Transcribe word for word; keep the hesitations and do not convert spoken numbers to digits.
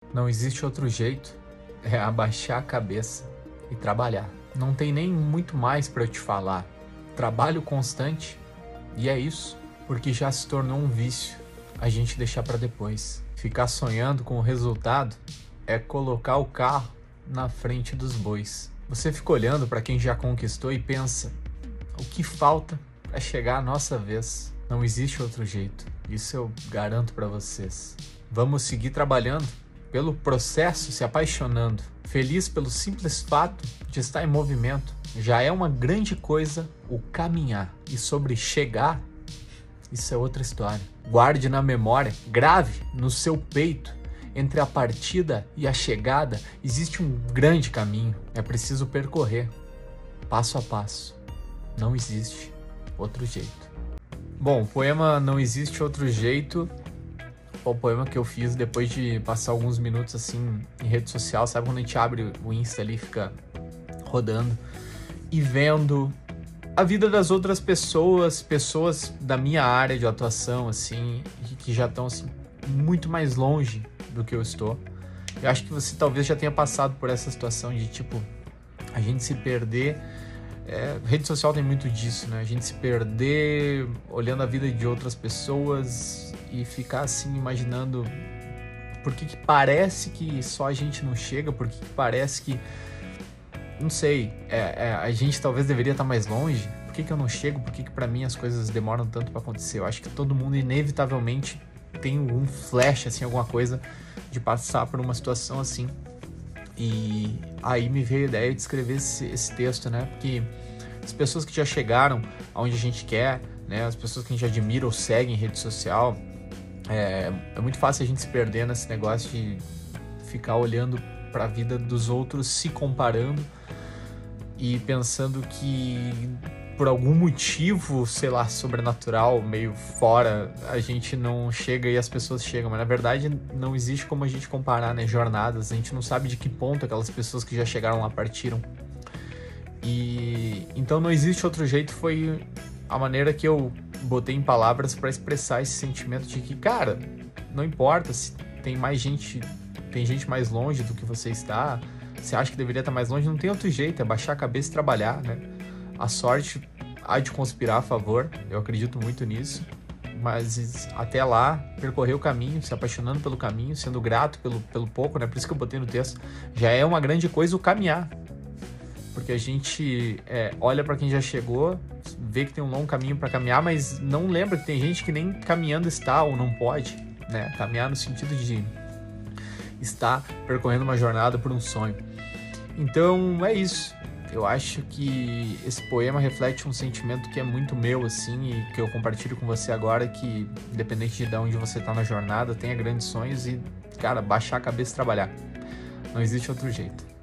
Não existe outro jeito, é abaixar a cabeça e trabalhar. Não tem nem muito mais para eu te falar. Trabalho constante e é isso, porque já se tornou um vício a gente deixar para depois. Ficar sonhando com o resultado é colocar o carro na frente dos bois. Você fica olhando para quem já conquistou e pensa: o que falta para chegar a nossa vez? Não existe outro jeito, isso eu garanto para vocês. Vamos seguir trabalhando pelo processo, se apaixonando, feliz pelo simples fato de estar em movimento. Já é uma grande coisa o caminhar. E sobre chegar, isso é outra história. Guarde na memória, grave no seu peito, entre a partida e a chegada existe um grande caminho. É preciso percorrer, passo a passo. Não existe outro jeito. Bom, o poema Não Existe Outro Jeito é o poema que eu fiz depois de passar alguns minutos assim em rede social. Sabe quando a gente abre o Insta ali e fica rodando e vendo a vida das outras pessoas, pessoas da minha área de atuação, assim, que já estão assim, muito mais longe do que eu estou. Eu acho que você talvez já tenha passado por essa situação de, tipo, a gente se perder. É, rede social tem muito disso, né? A gente se perder olhando a vida de outras pessoas e ficar assim, imaginando por que que parece que só a gente não chega, por que que parece que, não sei, é, é, a gente talvez deveria estar mais longe. Por que que eu não chego? Por que que pra mim as coisas demoram tanto pra acontecer? Eu acho que todo mundo inevitavelmente tem um flash, assim, alguma coisa de passar por uma situação assim. E aí me veio a ideia de escrever esse, esse texto, né? Porque as pessoas que já chegaram aonde a gente quer, né? As pessoas que a gente admira ou segue em rede social, é, é muito fácil a gente se perder nesse negócio de ficar olhando para a vida dos outros, se comparando e pensando que por algum motivo, sei lá, sobrenatural, meio fora, a gente não chega e as pessoas chegam. Mas na verdade não existe como a gente comparar, né, jornadas. A gente não sabe de que ponto aquelas pessoas que já chegaram lá partiram. E então Não Existe Outro Jeito foi a maneira que eu botei em palavras para expressar esse sentimento de que, cara, não importa se tem mais gente, tem gente mais longe do que você está, você acha que deveria estar mais longe, não tem outro jeito, é baixar a cabeça e trabalhar, né? A sorte há de conspirar a favor, eu acredito muito nisso, mas até lá, percorrer o caminho, se apaixonando pelo caminho, sendo grato pelo, pelo pouco, né? Por isso que eu botei no texto, já é uma grande coisa o caminhar, porque a gente é, olha para quem já chegou, vê que tem um longo caminho para caminhar, mas não lembra que tem gente que nem caminhando está ou não pode, né? Caminhar no sentido de estar percorrendo uma jornada por um sonho. Então é isso. Eu acho que esse poema reflete um sentimento que é muito meu, assim, e que eu compartilho com você agora, que independente de onde você tá na jornada, tenha grandes sonhos e, cara, baixar a cabeça e trabalhar. Não existe outro jeito.